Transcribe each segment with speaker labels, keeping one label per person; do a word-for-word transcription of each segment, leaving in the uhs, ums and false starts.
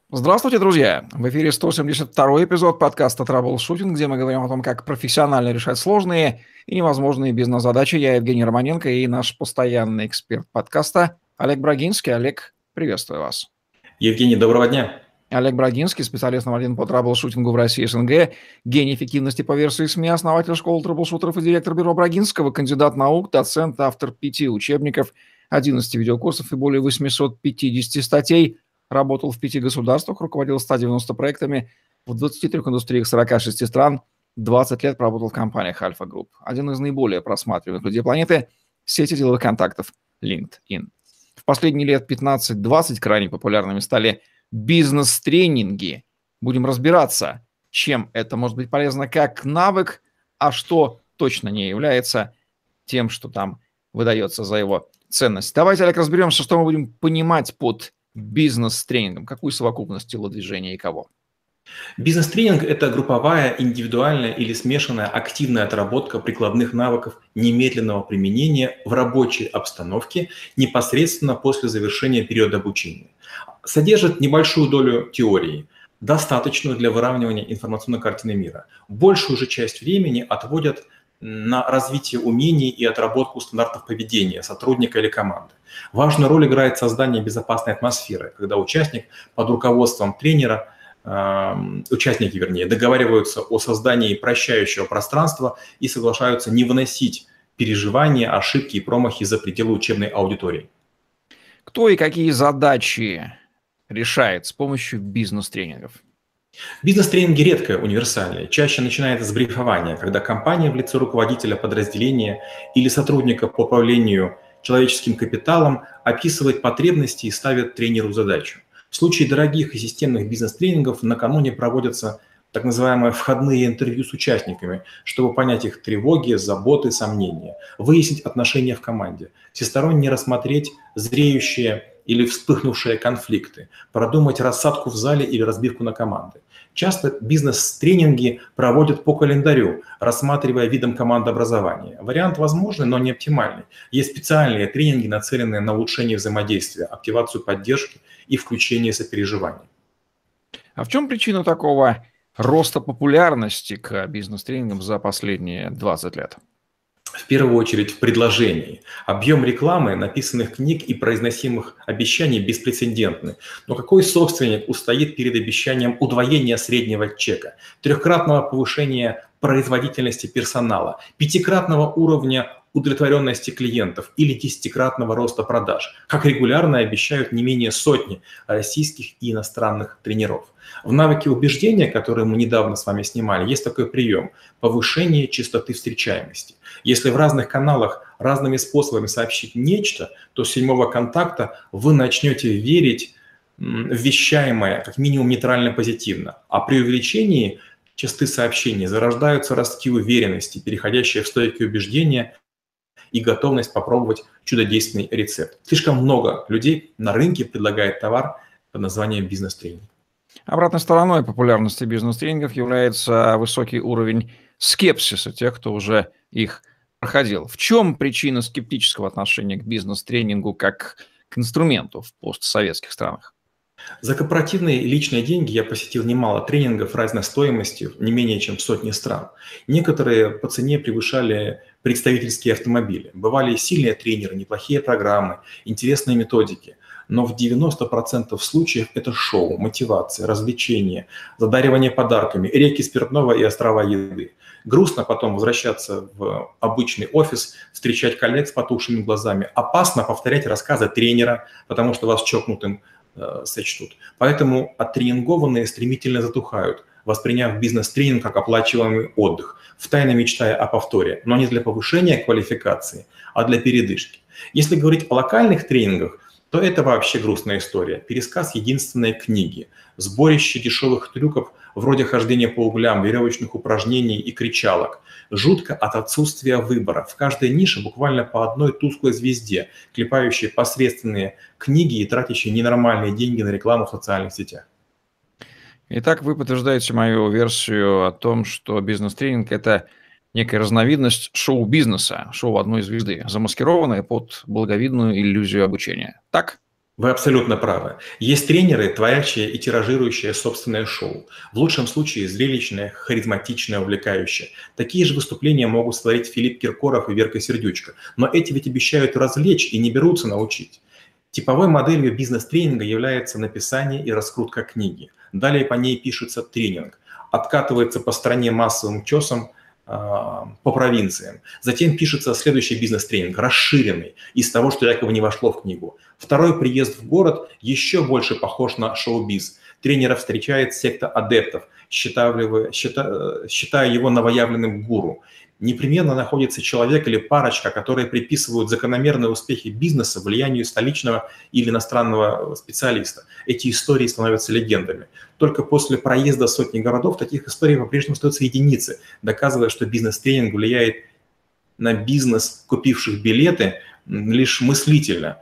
Speaker 1: Здравствуйте, друзья! В эфире сто семьдесят второй эпизод подкаста «Траблшутинг», где мы говорим о том, как профессионально решать сложные и невозможные бизнес-задачи. Я Евгений Романенко и наш постоянный эксперт подкаста Олег Брагинский. Олег, приветствую вас.
Speaker 2: Евгений, доброго дня.
Speaker 1: Олег Брагинский, специалист номер один по траблшутингу в России и СНГ, гений эффективности по версии СМИ, основатель школы траблшутеров и директор бюро Брагинского, кандидат наук, доцент, автор пяти учебников, одиннадцати видеокурсов и более восьмисот пятидесяти статей. Работал в пяти государствах, руководил ста девяноста проектами в двадцати трёх индустриях сорока шести стран, двадцать лет проработал в компаниях Альфа Групп. Один из наиболее просматриваемых людей планеты – сети деловых контактов LinkedIn. В последние лет пятнадцать-двадцать крайне популярными стали бизнес-тренинги. Будем разбираться, чем это может быть полезно как навык, а что точно не является тем, что там выдается за его ценность. Давайте, Олег, разберемся, что мы будем понимать под бизнес-тренингом, какую совокупность телодвижения и кого.
Speaker 2: Бизнес-тренинг – это групповая, индивидуальная или смешанная активная отработка прикладных навыков немедленного применения в рабочей обстановке непосредственно после завершения периода обучения. Содержит небольшую долю теории, достаточную для выравнивания информационной картины мира. Большую же часть времени отводят на развитие умений и отработку стандартов поведения сотрудника или команды. Важную роль играет создание безопасной атмосферы, когда участник под руководством тренера, э, участники, вернее, договариваются о создании прощающего пространства и соглашаются не выносить переживания, ошибки и промахи за пределы учебной аудитории.
Speaker 1: Кто и какие задачи решает с помощью бизнес-тренингов?
Speaker 2: Бизнес-тренинги редко универсальные, чаще начинается с брифования, когда компания в лице руководителя подразделения или сотрудника по управлению человеческим капиталом описывает потребности и ставит тренеру задачу. В случае дорогих и системных бизнес-тренингов накануне проводятся так называемые входные интервью с участниками, чтобы понять их тревоги, заботы, сомнения, выяснить отношения в команде, всесторонне рассмотреть зреющие или вспыхнувшие конфликты, продумать рассадку в зале или разбивку на команды. Часто бизнес-тренинги проводят по календарю, рассматривая видом командообразования. Вариант возможный, но не оптимальный. Есть специальные тренинги, нацеленные на улучшение взаимодействия, активацию поддержки и включение сопереживания.
Speaker 1: А в чем причина такого роста популярности к бизнес-тренингам за последние двадцать лет?
Speaker 2: В первую очередь в предложении. Объем рекламы, написанных книг и произносимых обещаний беспрецедентный. Но какой собственник устоит перед обещанием удвоения среднего чека, трехкратного повышения производительности персонала, пятикратного уровня удовлетворенности клиентов или десятикратного роста продаж, как регулярно обещают не менее сотни российских и иностранных тренеров. В навыке убеждения, которые мы недавно с вами снимали, есть такой прием – повышение частоты встречаемости. Если в разных каналах разными способами сообщить нечто, то с седьмого контакта вы начнете верить в вещаемое как минимум нейтрально позитивно. А при увеличении частоты сообщений зарождаются ростки уверенности, переходящие в стойкие убеждения и готовность попробовать чудодейственный рецепт. Слишком много людей на рынке предлагает товар под названием бизнес-тренинг.
Speaker 1: Обратной стороной популярности бизнес-тренингов является высокий уровень скепсиса тех, кто уже их проходил. В чем причина скептического отношения к бизнес-тренингу как к инструменту в постсоветских странах?
Speaker 2: За корпоративные и личные деньги я посетил немало тренингов разной стоимости, не менее чем в сотне стран. Некоторые по цене превышали представительские автомобили. Бывали сильные тренеры, неплохие программы, интересные методики. Но в девяноста процентах случаев это шоу, мотивация, развлечение, задаривание подарками, реки спиртного и острова еды. Грустно потом возвращаться в обычный офис, встречать коллег с потухшими глазами. Опасно повторять рассказы тренера, потому что вас чокнутым э, сочтут. Поэтому оттренингованные стремительно затухают, восприняв бизнес-тренинг как оплачиваемый отдых, втайне мечтая о повторе, но не для повышения квалификации, а для передышки. Если говорить о локальных тренингах, то это вообще грустная история. Пересказ единственной книги, сборище дешевых трюков вроде хождения по углям, веревочных упражнений и кричалок. Жутко от отсутствия выбора. В каждой нише буквально по одной тусклой звезде, клепающей посредственные книги и тратящей ненормальные деньги на рекламу в социальных сетях.
Speaker 1: Итак, вы подтверждаете мою версию о том, что бизнес-тренинг – это некая разновидность шоу-бизнеса, шоу одной звезды, замаскированная под благовидную иллюзию обучения. Так?
Speaker 2: Вы абсолютно правы. Есть тренеры, творящие и тиражирующие собственное шоу. В лучшем случае зрелищное, харизматичное, увлекающее. Такие же выступления могут створить Филипп Киркоров и Верка Сердючка. Но эти ведь обещают развлечь и не берутся научить. Типовой моделью бизнес-тренинга является написание и раскрутка книги. Далее по ней пишется тренинг. Откатывается по стране массовым чесом, по провинциям. Затем пишется следующий бизнес-тренинг, расширенный, из того, что якобы не вошло в книгу. Второй приезд в город еще больше похож на шоу-биз. Тренера встречает секта адептов, считая, считая, считая его новоявленным гуру. Непременно находится человек или парочка, которые приписывают закономерные успехи бизнеса влиянию столичного или иностранного специалиста. Эти истории становятся легендами. Только после проезда сотни городов таких историй по-прежнему остаются единицы, доказывая, что бизнес-тренинг влияет на бизнес, купивших билеты, лишь мыслительно,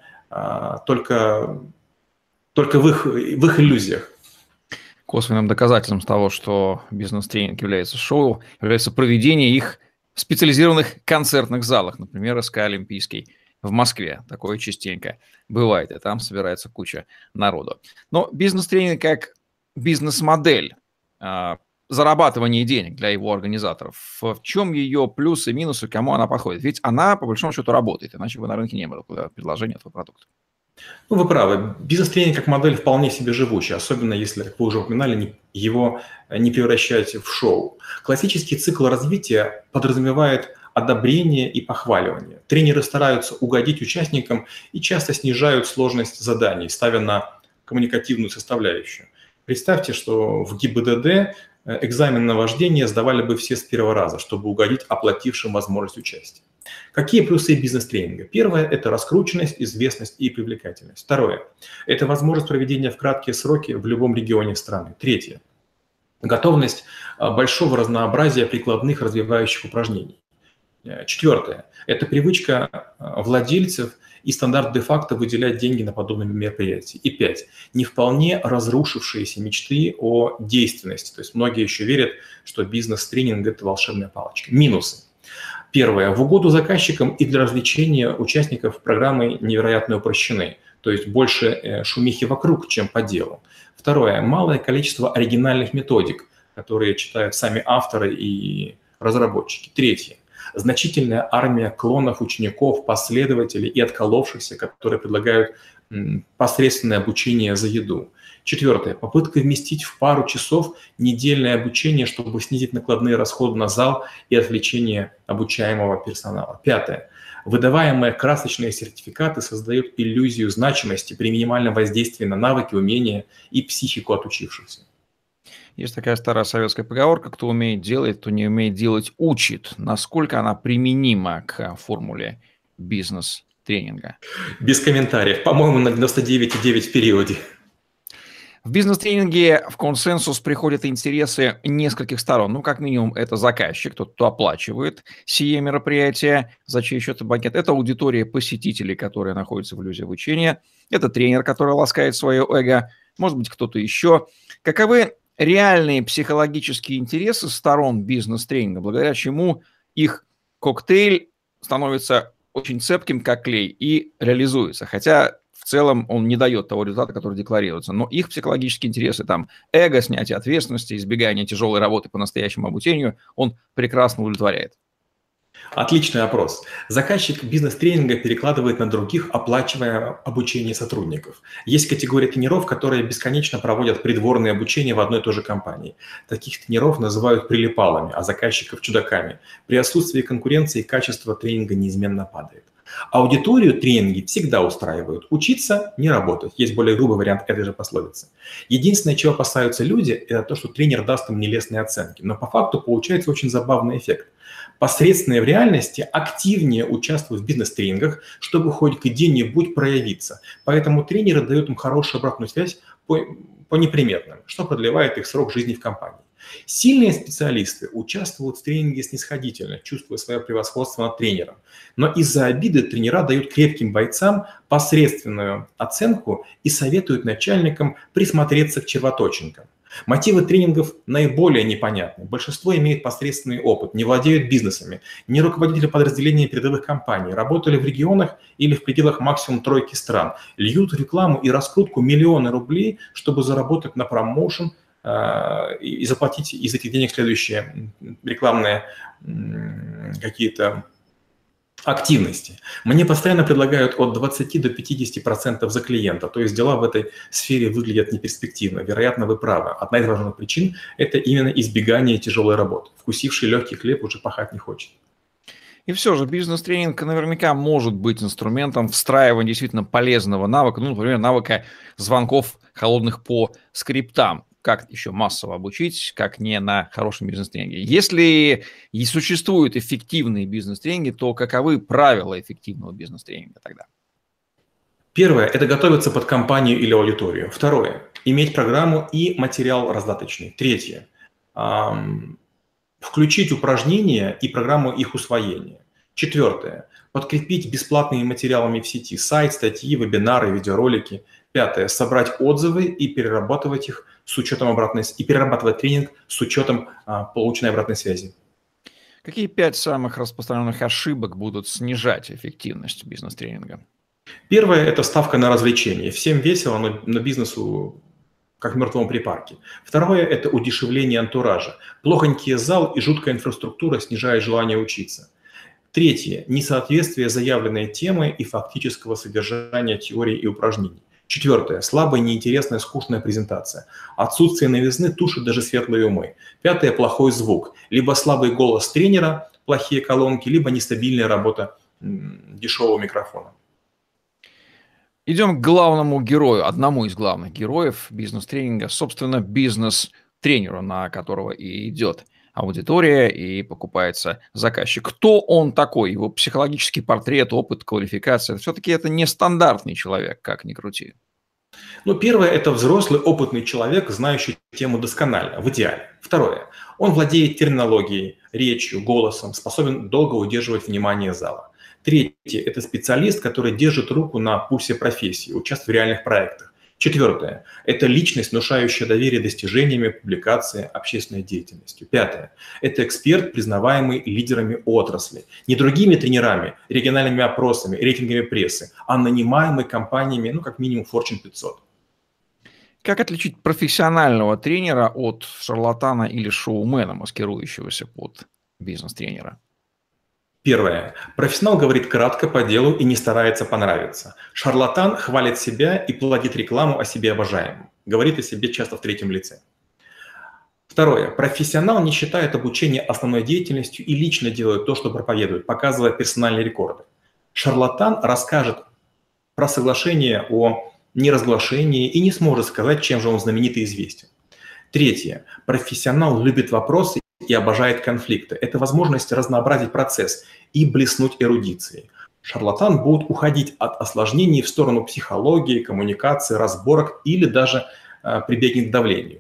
Speaker 2: только, только в их, в их иллюзиях.
Speaker 1: Косвенным доказательством того, что бизнес-тренинг является шоу, является проведение их в специализированных концертных залах, например, СК «Олимпийский» в Москве. Такое частенько бывает, и там собирается куча народу. Но бизнес-тренинг как бизнес-модель э, зарабатывания денег для его организаторов, в чем ее плюсы и минусы, кому она подходит? Ведь она, по большому счету, работает, иначе бы на рынке не было предложения этого продукта.
Speaker 2: Ну, вы правы. Бизнес-тренинг как модель вполне себе живущая, особенно если, как вы уже упоминали, его не превращать в шоу. Классический цикл развития подразумевает одобрение и похваливание. Тренеры стараются угодить участникам и часто снижают сложность заданий, ставя на коммуникативную составляющую. Представьте, что в ГИБДД экзамен на вождение сдавали бы все с первого раза, чтобы угодить оплатившим возможность участия. Какие плюсы бизнес-тренинга? Первое – это раскрученность, известность и привлекательность. Второе – это возможность проведения в краткие сроки в любом регионе страны. Третье – готовность большого разнообразия прикладных развивающих упражнений. Четвертое – это привычка владельцев и стандарт де-факто выделять деньги на подобные мероприятия. И пять – не вполне разрушившиеся мечты о действенности. То есть многие еще верят, что бизнес-тренинг – это волшебная палочка. Минусы. Первое. В угоду заказчикам и для развлечения участников программы невероятно упрощены, то есть больше шумихи вокруг, чем по делу. Второе. Малое количество оригинальных методик, которые читают сами авторы и разработчики. Третье. Значительная армия клонов, учеников, последователей и отколовшихся, которые предлагают посредственное обучение за еду. Четвертое. Попытка вместить в пару часов недельное обучение, чтобы снизить накладные расходы на зал и отвлечение обучаемого персонала. Пятое. Выдаваемые красочные сертификаты создают иллюзию значимости при минимальном воздействии на навыки, умения и психику отучившихся.
Speaker 1: Есть такая старая советская поговорка: кто умеет делать, кто не умеет делать, учит. Насколько она применима к формуле бизнес-тренинга?
Speaker 2: Без комментариев. По-моему, на девяносто девять целых девять десятых в периоде.
Speaker 1: В бизнес-тренинге в консенсус приходят интересы нескольких сторон. Ну, как минимум, это заказчик, тот, кто оплачивает сие мероприятие, за чей счет и банкет. Это аудитория посетителей, которые находятся в иллюзии обучения. Это тренер, который ласкает свое эго. Может быть, кто-то еще. Каковы реальные психологические интересы сторон бизнес-тренинга, благодаря чему их коктейль становится очень цепким, как клей, и реализуется? Хотя в целом он не дает того результата, который декларируется. Но их психологические интересы, там, эго, снятие ответственности, избегание тяжелой работы по настоящему обучению, он прекрасно удовлетворяет.
Speaker 2: Отличный опрос. Заказчик бизнес-тренинга перекладывает на других, оплачивая обучение сотрудников. Есть категория тренеров, которые бесконечно проводят придворное обучение в одной и той же компании. Таких тренеров называют прилипалами, а заказчиков – чудаками. При отсутствии конкуренции качество тренинга неизменно падает. Аудиторию тренинги всегда устраивают. Учиться – не работать. Есть более грубый вариант этой же пословицы. Единственное, чего опасаются люди, это то, что тренер даст им нелестные оценки. Но по факту получается очень забавный эффект. Посредственные в реальности активнее участвуют в бизнес-тренингах, чтобы хоть где-нибудь проявиться. Поэтому тренеры дают им хорошую обратную связь по, по неприметным, что продлевает их срок жизни в компании. Сильные специалисты участвуют в тренинге снисходительно, чувствуя свое превосходство над тренером. Но из-за обиды тренера дают крепким бойцам посредственную оценку и советуют начальникам присмотреться к червоточинкам. Мотивы тренингов наиболее непонятны. Большинство имеет посредственный опыт, не владеют бизнесами, не руководители подразделений передовых компаний, работали в регионах или в пределах максимум тройки стран, льют рекламу и раскрутку миллионы рублей, чтобы заработать на промоушен э, и заплатить из этих денег следующие рекламные э, какие-то активности. Мне постоянно предлагают от двадцати до пятидесяти процентов за клиента, то есть дела в этой сфере выглядят неперспективно. Вероятно, вы правы. Одна из важных причин – это именно избегание тяжелой работы. Вкусивший легкий хлеб уже пахать не хочет.
Speaker 1: И все же бизнес-тренинг наверняка может быть инструментом встраивания действительно полезного навыка, ну, например, навыка звонков холодных по скриптам. Как еще массово обучить, как не на хорошем бизнес-тренинге. Если и существуют эффективные бизнес-тренинги, то каковы правила эффективного бизнес-тренинга тогда?
Speaker 2: Первое – это готовиться под компанию или аудиторию. Второе – иметь программу и материал раздаточный. Третье – включить упражнения и программу их усвоения. Четвертое – подкрепить бесплатными материалами в сети сайт, статьи, вебинары, видеоролики. Пятое – собрать отзывы и перерабатывать их с учетом обратной и перерабатывать тренинг с учетом а, полученной обратной связи.
Speaker 1: Какие пять самых распространенных ошибок будут снижать эффективность бизнес-тренинга?
Speaker 2: Первое – это ставка на развлечение. Всем весело, но, но бизнесу как в мертвом припарке. Второе – это удешевление антуража. Плохонький зал и жуткая инфраструктура снижают желание учиться. Третье – несоответствие заявленной темы и фактического содержания теории и упражнений. Четвертое – слабая, неинтересная, скучная презентация. Отсутствие новизны тушит даже светлые умы. Пятое – плохой звук. Либо слабый голос тренера, плохие колонки, либо нестабильная работа м, дешевого микрофона.
Speaker 1: Идем к главному герою, одному из главных героев бизнес-тренинга, собственно, бизнес-тренеру, на которого и идет аудитория и покупается заказчик. Кто он такой? Его психологический портрет, опыт, квалификация. Все-таки это не стандартный человек, как ни крути.
Speaker 2: Ну, первое – это взрослый, опытный человек, знающий тему досконально, в идеале. Второе – он владеет терминологией, речью, голосом, способен долго удерживать внимание зала. Третье – это специалист, который держит руку на пульсе профессии, участвует в реальных проектах. Четвертое – это личность, внушающая доверие достижениями, публикацией, общественной деятельностью. Пятое – это эксперт, признаваемый лидерами отрасли. Не другими тренерами, региональными опросами, рейтингами прессы, а нанимаемый компаниями, ну, как минимум, Fortune пятьсот.
Speaker 1: Как отличить профессионального тренера от шарлатана или шоумена, маскирующегося под бизнес-тренера?
Speaker 2: Первое. Профессионал говорит кратко, по делу и не старается понравиться. Шарлатан хвалит себя и плодит рекламу о себе обожаемом. Говорит о себе часто в третьем лице. Второе. Профессионал не считает обучение основной деятельностью и лично делает то, что проповедует, показывая персональные рекорды. Шарлатан расскажет про соглашение о неразглашении и не сможет сказать, чем же он знаменит и известен. Третье. Профессионал любит вопросы и обожает конфликты. Это возможность разнообразить процесс и блеснуть эрудицией. Шарлатан будет уходить от осложнений в сторону психологии, коммуникации, разборок или даже э, прибегнет к давлению.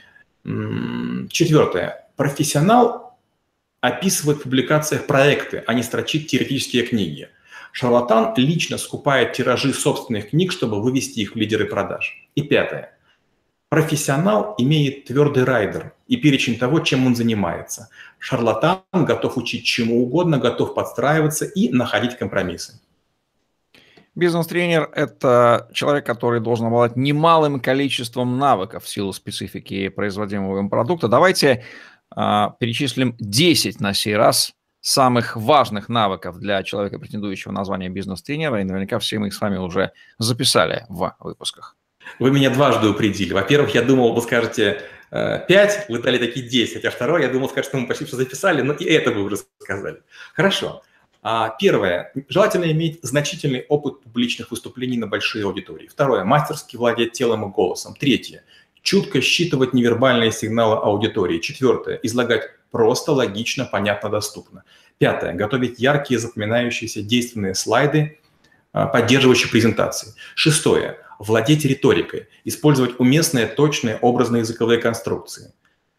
Speaker 2: Четвертое. Профессионал описывает в публикациях проекты, а не строчит теоретические книги. Шарлатан лично скупает тиражи собственных книг, чтобы вывести их в лидеры продаж. И пятое. Профессионал имеет твердый райдер и перечень того, чем он занимается. Шарлатан готов учить чему угодно, готов подстраиваться и находить компромиссы.
Speaker 1: Бизнес-тренер – это человек, который должен обладать немалым количеством навыков в силу специфики производимого им продукта. Давайте э, перечислим десять на сей раз самых важных навыков для человека, претендующего на звание бизнес-тренера, и наверняка все мы их с вами уже записали в выпусках.
Speaker 2: Вы меня дважды упредили. Во-первых, я думал, вы скажете пять, вы дали такие десять, а второе, я думал, скажете, что мы почти все записали, но и это вы уже сказали. Хорошо. Первое. Желательно иметь значительный опыт публичных выступлений на большие аудитории. Второе. Мастерски владеть телом и голосом. Третье. Чутко считывать невербальные сигналы аудитории. Четвертое. Излагать просто, логично, понятно, доступно. Пятое. Готовить яркие, запоминающиеся, действенные слайды, поддерживающие презентации. Шестое. Владеть риторикой, использовать уместные, точные, образные языковые конструкции.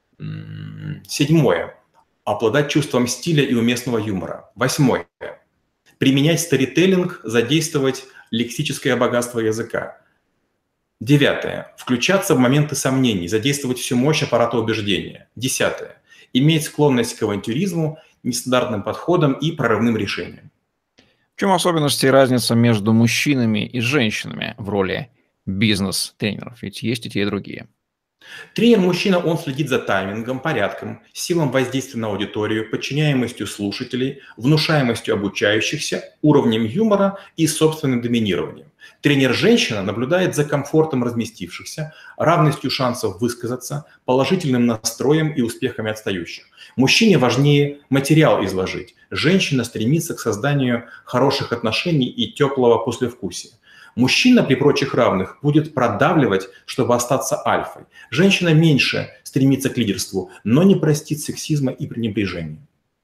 Speaker 2: Седьмое. Обладать чувством стиля и уместного юмора. Восьмое. Применять сторителлинг, задействовать лексическое богатство языка. Девятое. Включаться в моменты сомнений, задействовать всю мощь аппарата убеждения. Десятое. Иметь склонность к авантюризму, нестандартным подходам и прорывным решениям.
Speaker 1: В чем особенности и разница между мужчинами и женщинами в роли бизнес-тренеров? Ведь есть и те, и другие.
Speaker 2: Тренер-мужчина, он следит за таймингом, порядком, силом воздействия на аудиторию, подчиняемостью слушателей, внушаемостью обучающихся, уровнем юмора и собственным доминированием. Тренер-женщина наблюдает за комфортом разместившихся, равностью шансов высказаться, положительным настроем и успехами отстающих. Мужчине важнее материал изложить. Женщина стремится к созданию хороших отношений и теплого послевкусия. Мужчина при прочих равных будет продавливать, чтобы остаться альфой. Женщина меньше стремится к лидерству, но не простит сексизма и пренебрежения.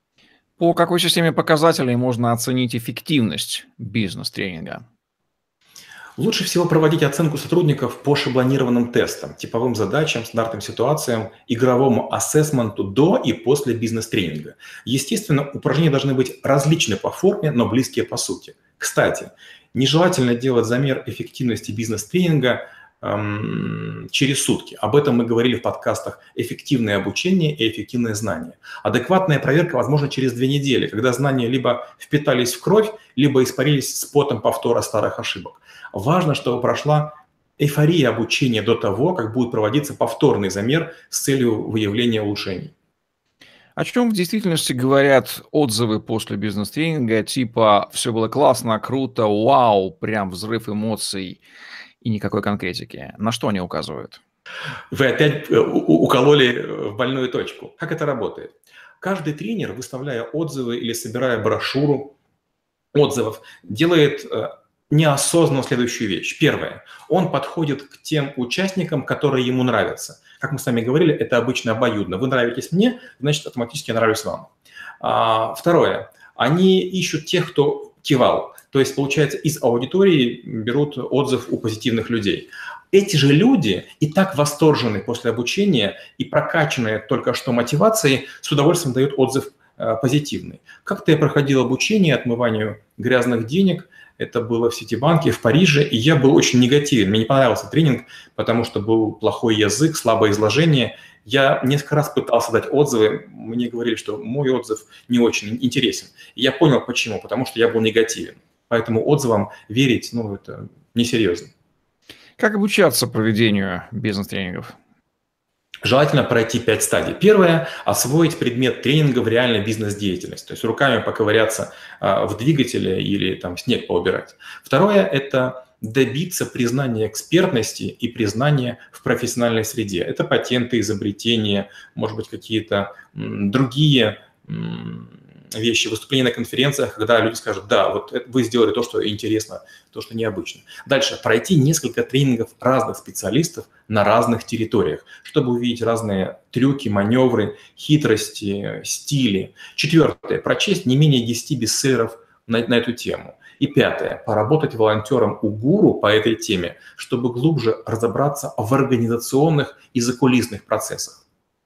Speaker 1: По какой системе показателей можно оценить эффективность бизнес-тренинга?
Speaker 2: Лучше всего проводить оценку сотрудников по шаблонированным тестам, типовым задачам, стандартным ситуациям, игровому ассессменту до и после бизнес-тренинга. Естественно, упражнения должны быть различны по форме, но близкие по сути. Кстати, нежелательно делать замер эффективности бизнес-тренинга эм, через сутки. Об этом мы говорили в подкастах «Эффективное обучение и эффективное знание». Адекватная проверка возможна через две недели, когда знания либо впитались в кровь, либо испарились с потом повтора старых ошибок. Важно, чтобы прошла эйфория обучения до того, как будет проводиться повторный замер с целью выявления улучшений.
Speaker 1: О чем в действительности говорят отзывы после бизнес-тренинга, типа «все было классно, круто, вау», прям взрыв эмоций и никакой конкретики? На что они указывают?
Speaker 2: Вы опять укололи в больную точку. Как это работает? Каждый тренер, выставляя отзывы или собирая брошюру отзывов, делает неосознанно следующую вещь. Первое. Он подходит к тем участникам, которые ему нравятся. Как мы с вами говорили, это обычно обоюдно. Вы нравитесь мне, значит, автоматически я нравлюсь вам. А, второе. Они ищут тех, кто кивал. То есть, получается, из аудитории берут отзыв у позитивных людей. Эти же люди и так восторжены после обучения и прокачанные только что мотивацией с удовольствием дают отзыв э, позитивный. Как-то я проходил обучение отмыванию грязных денег. Это было в Ситибанке, в Париже, и я был очень негативен. Мне не понравился тренинг, потому что был плохой язык, слабое изложение. Я несколько раз пытался дать отзывы, мне говорили, что мой отзыв не очень интересен. И я понял, почему, потому что я был негативен. Поэтому отзывам верить, ну, это несерьезно.
Speaker 1: Как обучаться проведению бизнес-тренингов?
Speaker 2: Желательно пройти пять стадий. Первое – освоить предмет тренинга в реальной бизнес-деятельности, то есть руками поковыряться а, в двигателе или там снег поубирать. Второе – это добиться признания экспертности и признания в профессиональной среде. Это патенты, изобретения, может быть, какие-то м, другие м, вещи, выступления на конференциях, когда люди скажут: да, вот это вы сделали то, что интересно, то, что необычно. Дальше пройти несколько тренингов разных специалистов на разных территориях, чтобы увидеть разные трюки, маневры, хитрости, стили. Четвертое. Прочесть не менее десяти бестселлеров на, на эту тему. И пятое. Поработать волонтером у гуру по этой теме, чтобы глубже разобраться в организационных и закулисных процессах.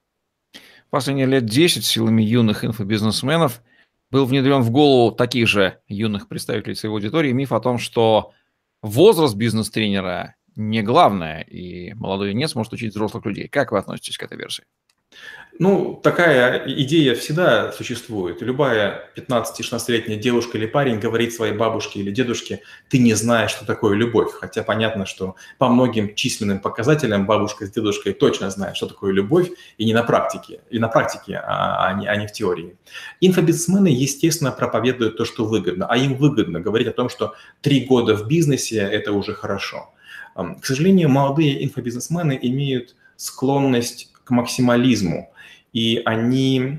Speaker 1: Последние лет десять силами юных инфобизнесменов был внедрен в голову таких же юных представителей своей аудитории миф о том, что возраст бизнес-тренера не главное, и молодой юнец может учить взрослых людей. Как вы относитесь к этой версии?
Speaker 2: Ну, такая идея всегда существует. Любая пятнадцати-шестнадцатилетняя девушка или парень говорит своей бабушке или дедушке: ты не знаешь, что такое любовь. Хотя понятно, что по многим численным показателям бабушка с дедушкой точно знают, что такое любовь, и не на практике, и на практике, а не, а не в теории. Инфобизнесмены, естественно, проповедуют то, что выгодно, а им выгодно говорить о том, что три года в бизнесе – это уже хорошо. К сожалению, молодые инфобизнесмены имеют склонность к максимализму, и они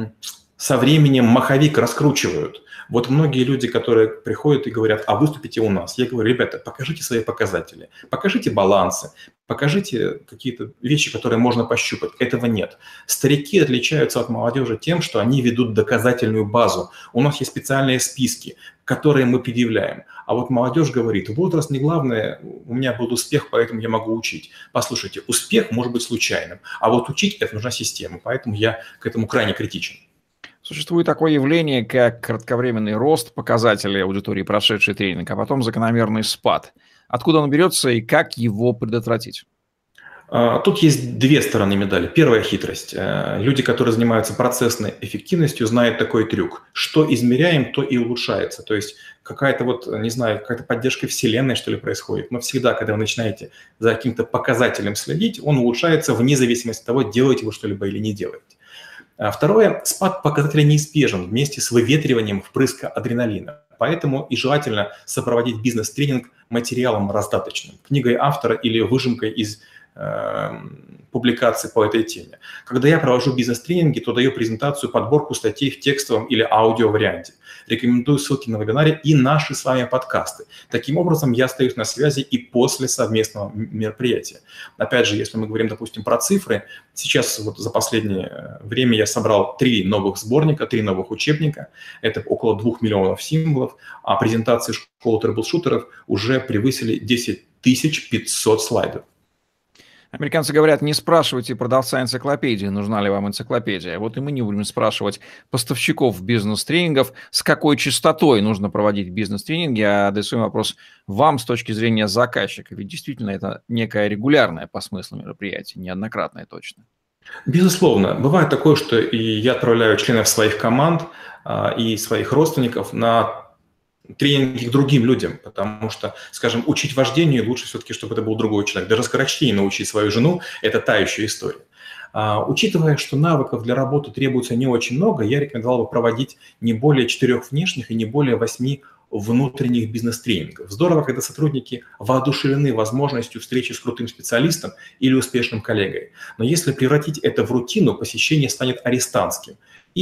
Speaker 2: со временем маховик раскручивают. Вот многие люди, которые приходят и говорят: а выступите у нас. Я говорю: ребята, покажите свои показатели, покажите балансы, покажите какие-то вещи, которые можно пощупать. Этого нет. Старики отличаются от молодежи тем, что они ведут доказательную базу. У нас есть специальные списки, которые мы предъявляем. А вот молодежь говорит: возраст не главное, у меня был успех, поэтому я могу учить. Послушайте, успех может быть случайным, а вот учить – это нужна система, поэтому я к этому крайне критичен.
Speaker 1: Существует такое явление, как кратковременный рост показателей аудитории, прошедшей тренинг, а потом закономерный спад. Откуда он берется и как его предотвратить?
Speaker 2: Тут есть две стороны медали. Первая хитрость. Люди, которые занимаются процессной эффективностью, знают такой трюк. Что измеряем, то и улучшается. То есть какая-то вот, не знаю, какая-то поддержка вселенной, что ли, происходит. Но всегда, когда вы начинаете за каким-то показателем следить, он улучшается вне зависимости от того, делаете вы что-либо или не делаете. А второе, спад показателя неизбежен вместе с выветриванием впрыска адреналина. Поэтому и желательно сопроводить бизнес-тренинг материалом раздаточным, книгой автора или выжимкой из публикаций по этой теме. Когда я провожу бизнес-тренинги, то даю презентацию, подборку статей в текстовом или аудио варианте. Рекомендую ссылки на вебинаре и наши с вами подкасты. Таким образом, я остаюсь на связи и после совместного мероприятия. Опять же, если мы говорим, допустим, про цифры, сейчас вот за последнее время я собрал три новых сборника, три новых учебника. Это около двух миллионов символов, а презентации школы трэблшутеров уже превысили десять тысяч пятьсот слайдов.
Speaker 1: Американцы говорят, не спрашивайте продавца энциклопедии, нужна ли вам энциклопедия. Вот и мы не будем спрашивать поставщиков бизнес-тренингов, с какой частотой нужно проводить бизнес-тренинги, а адресуем вопрос вам с точки зрения заказчика. Ведь действительно это некое регулярное по смыслу мероприятие, неоднократное точно.
Speaker 2: Безусловно. Бывает такое, что и я отправляю членов своих команд а, и своих родственников на тренинги к другим людям, потому что, скажем, учить вождению лучше все-таки, чтобы это был другой человек. Даже скорочтение научить свою жену – это та еще история. А, учитывая, что навыков для работы требуется не очень много, я рекомендовал бы проводить не более четырех внешних и не более восьми внутренних бизнес-тренингов. Здорово, когда сотрудники воодушевлены возможностью встречи с крутым специалистом или успешным коллегой. Но если превратить это в рутину, посещение станет арестантским.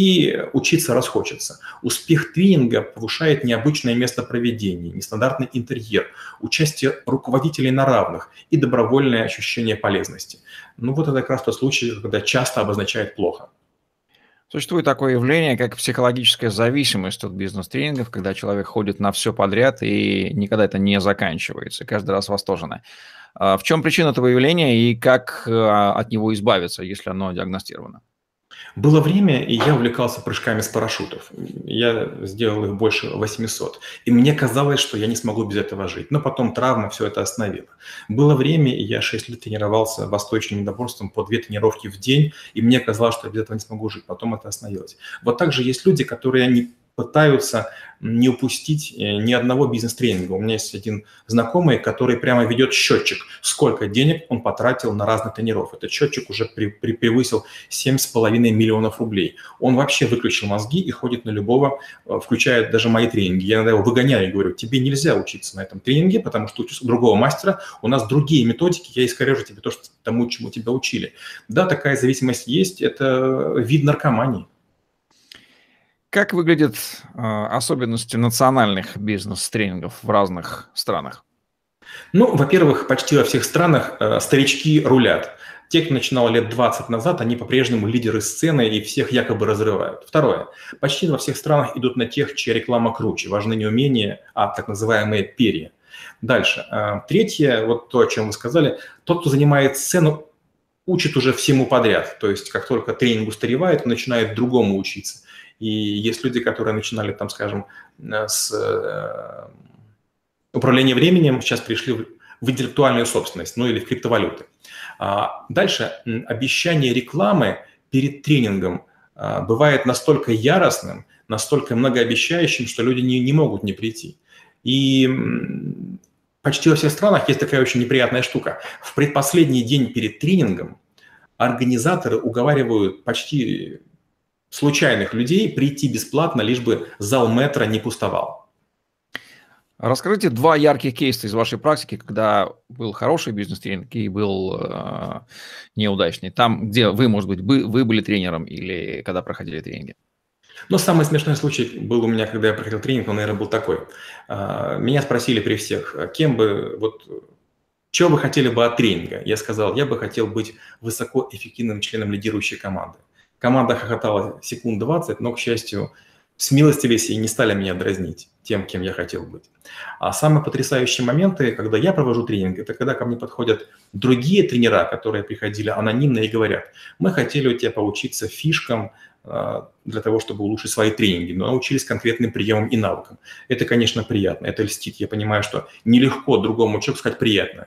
Speaker 2: И учиться расхочется. Успех тренинга повышает необычное место проведения, нестандартный интерьер, участие руководителей на равных и добровольное ощущение полезности. Ну вот это как раз тот случай, когда часто обозначает плохо.
Speaker 1: Существует такое явление, как психологическая зависимость от бизнес-тренингов, когда человек ходит на все подряд и никогда это не заканчивается, каждый раз восторженно. В чем причина этого явления и как от него избавиться, если оно диагностировано?
Speaker 2: Было время, и я увлекался прыжками с парашютов. Я сделал их больше восьмисот. И мне казалось, что я не смогу без этого жить. Но потом травма все это остановила. Было время, и я шесть лет тренировался восточным единоборством по две тренировки в день, и мне казалось, что я без этого не смогу жить. Потом это остановилось. Вот так же есть люди, которые не пытаются не упустить ни одного бизнес-тренинга. У меня есть один знакомый, который прямо ведет счетчик, сколько денег он потратил на разных тренеров. Этот счетчик уже при, при, превысил семь с половиной миллионов рублей. Он вообще выключил мозги и ходит на любого, включая даже мои тренинги. Я иногда его выгоняю и говорю, тебе нельзя учиться на этом тренинге, потому что у другого мастера у нас другие методики, я искорежу тебе то, что тому, чему тебя учили. Да, такая зависимость есть, это вид наркомании.
Speaker 1: Как выглядят э, особенности национальных бизнес-тренингов в разных странах?
Speaker 2: Ну, во-первых, почти во всех странах э, старички рулят. Те, кто начинал лет двадцать назад, они по-прежнему лидеры сцены и всех якобы разрывают. Второе. Почти во всех странах идут на тех, чья реклама круче. Важны не умения, а так называемые перья. Дальше. Э, третье, вот то, о чем вы сказали. Тот, кто занимает сцену, учит уже всему подряд. То есть, как только тренинг устаревает, он начинает другому учиться. И есть люди, которые начинали, там, скажем, с э, управления временем, сейчас пришли в, в интеллектуальную собственность, ну или в криптовалюты. А дальше обещание рекламы перед тренингом а, бывает настолько яростным, настолько многообещающим, что люди не, не могут не прийти. И м, почти во всех странах есть такая очень неприятная штука. В предпоследний день перед тренингом организаторы уговаривают почти случайных людей прийти бесплатно, лишь бы зал метро не пустовал.
Speaker 1: Расскажите два ярких кейса из вашей практики, когда был хороший бизнес-тренинг и был э, неудачный. Там, где вы, может быть, вы, вы были тренером или когда проходили тренинги.
Speaker 2: Но самый смешной случай был у меня, когда я проходил тренинг, он, наверное, был такой. Меня спросили при всех, кем бы, вот, чего вы хотели бы от тренинга? Я сказал, я бы хотел быть высокоэффективным членом лидирующей команды. Команда хохотала секунд двадцать, но, к счастью, смилостивились и не стали меня дразнить тем, кем я хотел быть. А самые потрясающие моменты, когда я провожу тренинг, это когда ко мне подходят другие тренера, которые приходили анонимно и говорят, мы хотели у тебя поучиться фишкам для того, чтобы улучшить свои тренинги, но научились конкретным приемам и навыкам. Это, конечно, приятно, это льстит. Я понимаю, что нелегко другому человеку сказать приятное.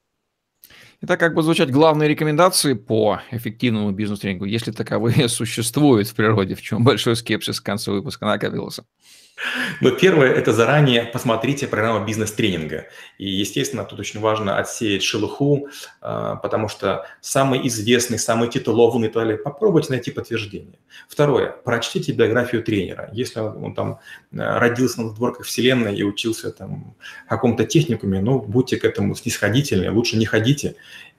Speaker 1: Итак, как бы звучат главные рекомендации по эффективному бизнес-тренингу, если таковые существуют в природе, в чем большой скепсис к концу выпуска накопился?
Speaker 2: Но первое – это заранее посмотрите программу бизнес-тренинга. И, естественно, тут очень важно отсеять шелуху, потому что самый известный, самый титулованный, попробуйте найти подтверждение. Второе – прочтите биографию тренера. Если он там родился на задворках вселенной и учился там в каком-то техникуме, ну, будьте к этому снисходительны, лучше не ходите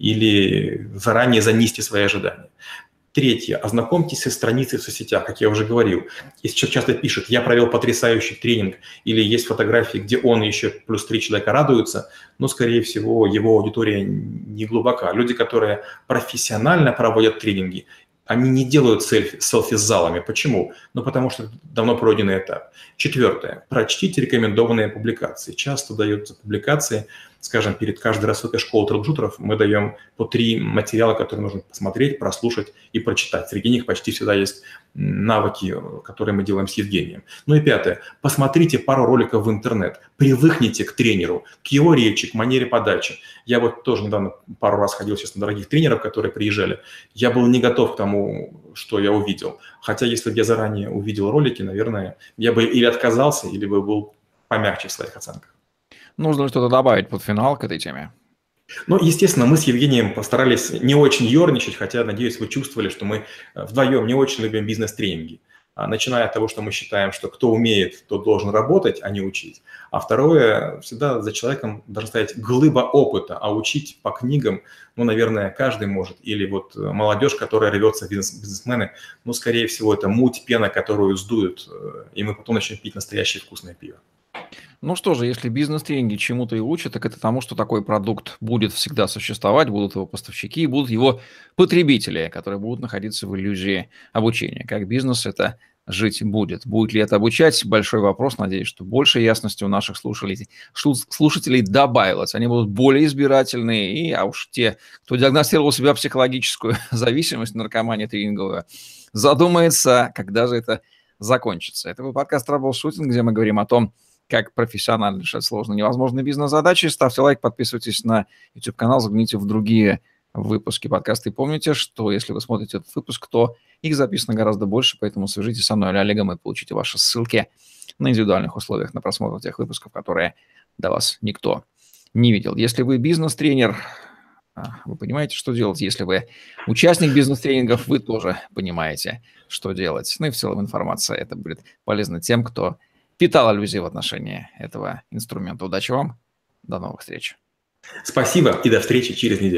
Speaker 2: или заранее занизьте свои ожидания. Третье. Ознакомьтесь со страницей в соцсетях, как я уже говорил. Если человек часто пишет, я провел потрясающий тренинг, или есть фотографии, где он и еще плюс три человека радуются, но, скорее всего, его аудитория не глубока. Люди, которые профессионально проводят тренинги, они не делают селфи, селфи с залами. Почему? Ну, потому что давно пройденный этап. Четвертое. Прочтите рекомендованные публикации. Часто даются публикации, скажем, перед каждой рассылкой школы трэблшутеров мы даем по три материала, которые нужно посмотреть, прослушать и прочитать. Среди них почти всегда есть навыки, которые мы делаем с Евгением. Ну и пятое. Посмотрите пару роликов в интернет. Привыкните к тренеру, к его речи, к манере подачи. Я вот тоже недавно пару раз ходил сейчас на дорогих тренеров, которые приезжали. Я был не готов к тому, что я увидел. Хотя если бы я заранее увидел ролики, наверное, я бы или отказался, или бы был помягче в своих оценках.
Speaker 1: Нужно ли что-то добавить под финал к этой теме?
Speaker 2: Ну, естественно, мы с Евгением постарались не очень ерничать, хотя, надеюсь, вы чувствовали, что мы вдвоем не очень любим бизнес-тренинги. Начиная от того, что мы считаем, что кто умеет, тот должен работать, а не учить. А второе, всегда за человеком должна стоять глыба опыта, а учить по книгам, ну, наверное, каждый может. Или вот молодежь, которая рвется в бизнес- бизнесмены, ну, скорее всего, это муть, пена, которую сдуют, и мы потом начнем пить настоящее вкусное пиво.
Speaker 1: Ну что же, если бизнес-тренинги чему-то и учат, так это тому, что такой продукт будет всегда существовать, будут его поставщики, будут его потребители, которые будут находиться в иллюзии обучения. Как бизнес это жить будет. Будет ли это обучать? Большой вопрос. Надеюсь, что больше ясности у наших слушателей, слушателей добавилось. Они будут более избирательные, и, а уж те, кто диагностировал у себя психологическую зависимость, наркоманию тренинговую, задумается, когда же это закончится. Это был подкаст «Траблшутинг», где мы говорим о том, как профессионально решать сложные невозможные бизнес-задачи. Ставьте лайк, подписывайтесь на YouTube-канал, загляните в другие выпуски подкаста. И помните, что если вы смотрите этот выпуск, то их записано гораздо больше, поэтому свяжитесь со мной или Олегом и получите ваши ссылки на индивидуальных условиях на просмотр тех выпусков, которые до вас никто не видел. Если вы бизнес-тренер, вы понимаете, что делать. Если вы участник бизнес-тренингов, вы тоже понимаете, что делать. Ну и в целом информация это будет полезна тем, кто питал иллюзии в отношении этого инструмента. Удачи вам. До новых встреч.
Speaker 2: Спасибо и до встречи через неделю.